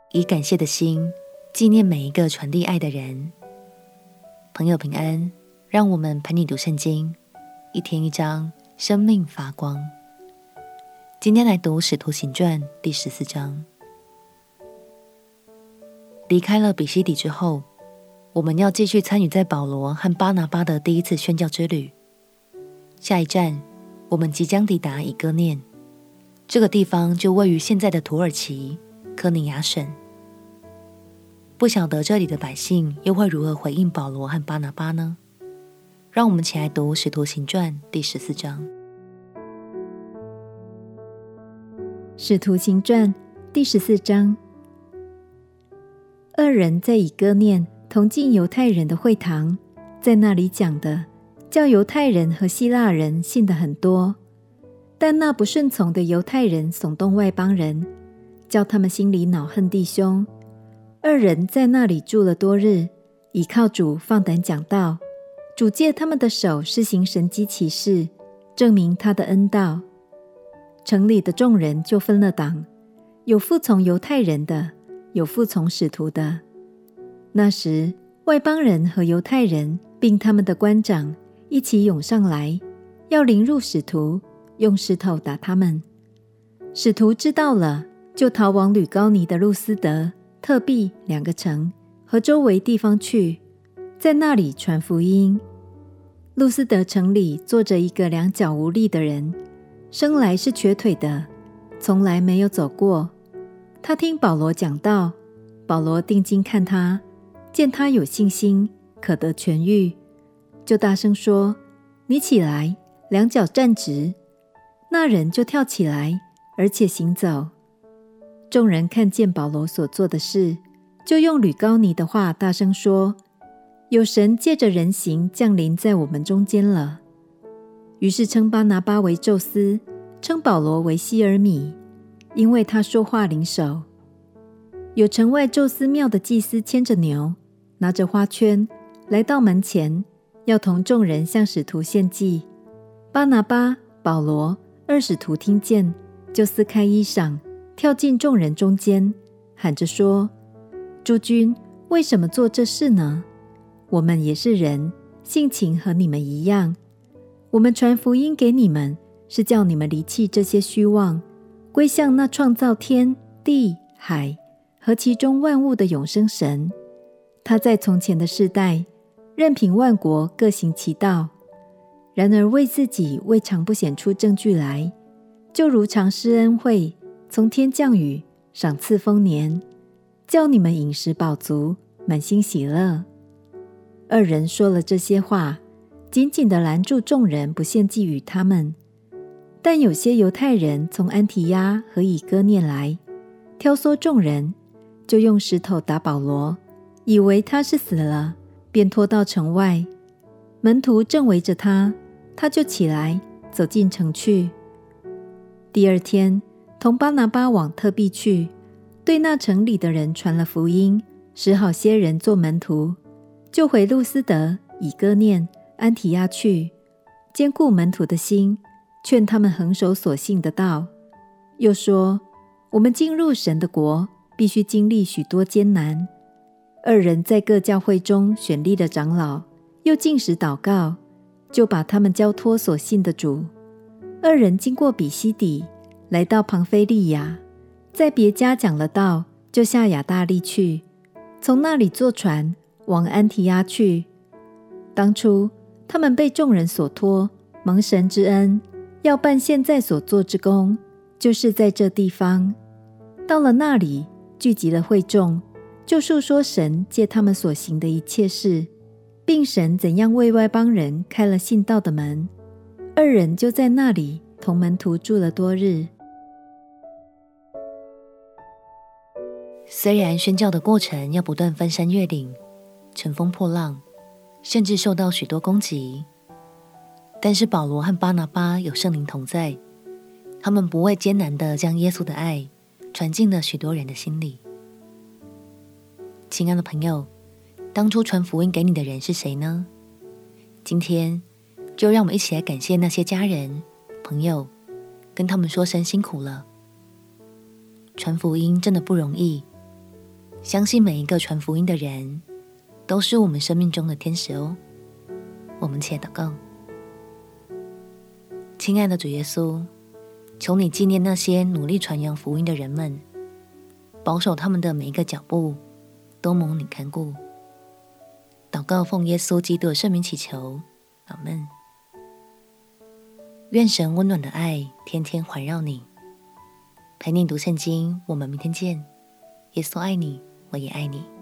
以感谢的心纪念每一个传递爱的人。朋友平安，让我们陪你读圣经，一天一章，生命发光。今天来读使徒行传第14章。离开了比西底之后，我们要继续参与在保罗和巴拿巴的第一次宣教之旅。下一站，我们即将抵达以哥念，这个地方就位于现在的土耳其科尼亚省。不晓得这里的百姓又会如何回应保罗和巴拿巴呢？让我们一起来读使徒行传第14章。 使徒行传第14章。二人在以哥念同进犹太人的会堂，在那里讲的，叫犹太人和希腊人信得很多。但那不顺从的犹太人耸动外邦人，叫他们心里恼恨弟兄。二人在那里住了多日，倚靠主放胆讲道。主借他们的手施行神迹奇事，证明他的恩道。城里的众人就分了党，有服从犹太人的，有服从使徒的。那时外邦人和犹太人并他们的官长一起涌上来，要凌辱使徒，用石头打他们。使徒知道了，就逃往吕高尼的路斯德、特庇2个城和周围地方去，在那里传福音。路斯德城里坐着一个两脚无力的人，生来是瘸腿的，从来没有走过。他听保罗讲道，保罗定睛看他，见他有信心，可得痊愈，就大声说：你起来，两脚站直。那人就跳起来，而且行走。众人看见保罗所做的事，就用吕高尼的话大声说：有神借着人形降临在我们中间了。于是称巴拿巴为宙斯，称保罗为希尔米，因为他说话灵手。有城外宙斯庙的祭司牵着牛，拿着花圈，来到门前，要同众人向使徒献祭。巴拿巴、保罗二使徒听见，就撕开衣裳，跳进众人中间，喊着说：诸君，为什么做这事呢？我们也是人，性情和你们一样。我们传福音给你们，是叫你们离弃这些虚妄，归向那创造天地海和其中万物的永生神。他在从前的世代，任凭万国各行其道，然而为自己未尝不显出证据来，就如常施恩惠，从天降雨，赏赐丰年，叫你们饮食饱足，满心喜乐。二人说了这些话，紧紧地拦住众人，不献祭与他们。但有些犹太人从安提亚和以哥念来，挑唆众人，就用石头打保罗，以为他是死了，便拖到城外。门徒正围着他，他就起来，走进城去。第二天，同巴拿巴往特庇去，对那城里的人传了福音，使好些人做门徒，就回路斯德、以哥念、安提亚去，坚固门徒的心，劝他们恒守所信的道。又说：我们进入神的国，必须经历许多艰难。二人在各教会中选立了长老，又禁食祷告，就把他们交托所信的主。二人经过比西底，来到庞菲利亚，在别家讲了道，就下亚大利去，从那里坐船往安提阿去。当初他们被众人所托，蒙神之恩，要办现在所做之功，就是在这地方。到了那里，聚集了会众，就述说神借他们所行的一切事，并神怎样为外邦人开了信道的门。二人就在那里同门徒住了多日。 虽然宣教的过程要不断翻山越岭，乘风破浪，甚至受到许多攻击，但是保罗和巴拿巴有圣灵同在，他们不畏艰难地将耶稣的爱传进了许多人的心里。亲爱的朋友，当初传福音给你的人是谁呢？今天就让我们一起来感谢那些家人、朋友，跟他们说声辛苦了。传福音真的不容易， 相信每一个传福音的人都是我们生命中的天使哦。我们且祷告。亲爱的主耶稣，求你纪念那些努力传扬福音的人们，保守他们的每一个脚步都蒙你看顾。祷告奉耶稣基督的圣名祈求，阿们。愿神温暖的爱天天环绕你，陪你读圣经。我们明天见。耶稣爱你，我也爱你。